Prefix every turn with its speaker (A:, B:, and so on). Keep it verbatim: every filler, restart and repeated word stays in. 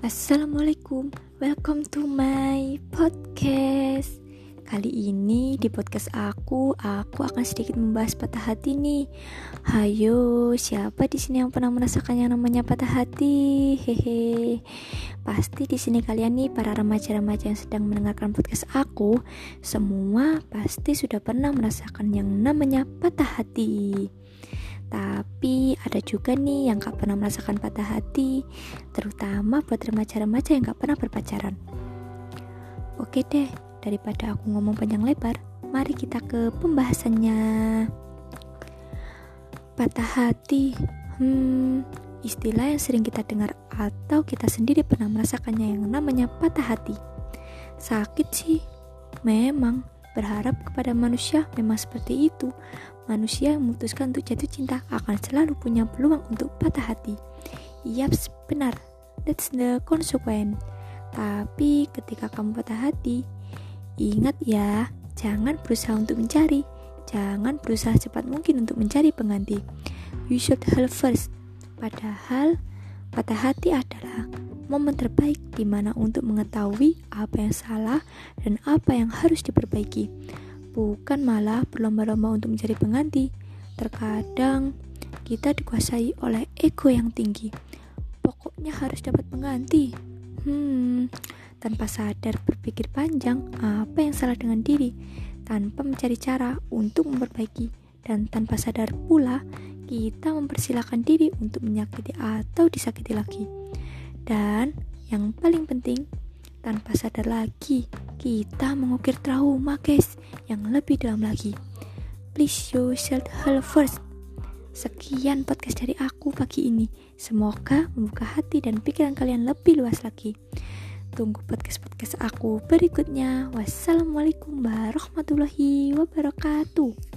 A: Assalamualaikum, welcome to my podcast. Kali ini di podcast aku, aku akan sedikit membahas patah hati nih. Hayo, siapa di sini yang pernah merasakan yang namanya patah hati? Hehe. Pasti di sini kalian nih para remaja-remaja yang sedang mendengarkan podcast aku, semua pasti sudah pernah merasakan yang namanya patah hati. Tapi ada juga nih yang gak pernah merasakan patah hati, terutama buat remaja-remaja yang gak pernah berpacaran. Oke deh, daripada aku ngomong panjang lebar, mari kita ke pembahasannya. Patah hati, hmm, istilah yang sering kita dengar atau kita sendiri pernah merasakannya yang namanya patah hati. Sakit sih, memang. Berharap kepada manusia memang seperti itu. Manusia yang memutuskan untuk jatuh cinta akan selalu punya peluang untuk patah hati. Yaps, benar. That's the consequence. Tapi ketika kamu patah hati, ingat ya, jangan berusaha untuk mencari. Jangan berusaha cepat mungkin untuk mencari pengganti. You should heal first. Padahal patah hati adalah momen terbaik di mana untuk mengetahui apa yang salah dan apa yang harus diperbaiki. Bukan malah berlomba-lomba untuk mencari pengganti. Terkadang kita dikuasai oleh ego yang tinggi. Pokoknya harus dapat pengganti. Hmm, tanpa sadar berpikir panjang apa yang salah dengan diri, tanpa mencari cara untuk memperbaiki, dan tanpa sadar pula kita mempersilahkan diri untuk menyakiti atau disakiti lagi. Dan yang paling penting, tanpa sadar lagi kita mengukir trauma guys yang lebih dalam lagi. Please yourself heal first. Sekian podcast dari aku pagi ini. Semoga membuka hati dan pikiran kalian lebih luas lagi. Tunggu podcast-podcast aku berikutnya. Wassalamualaikum warahmatullahi wabarakatuh.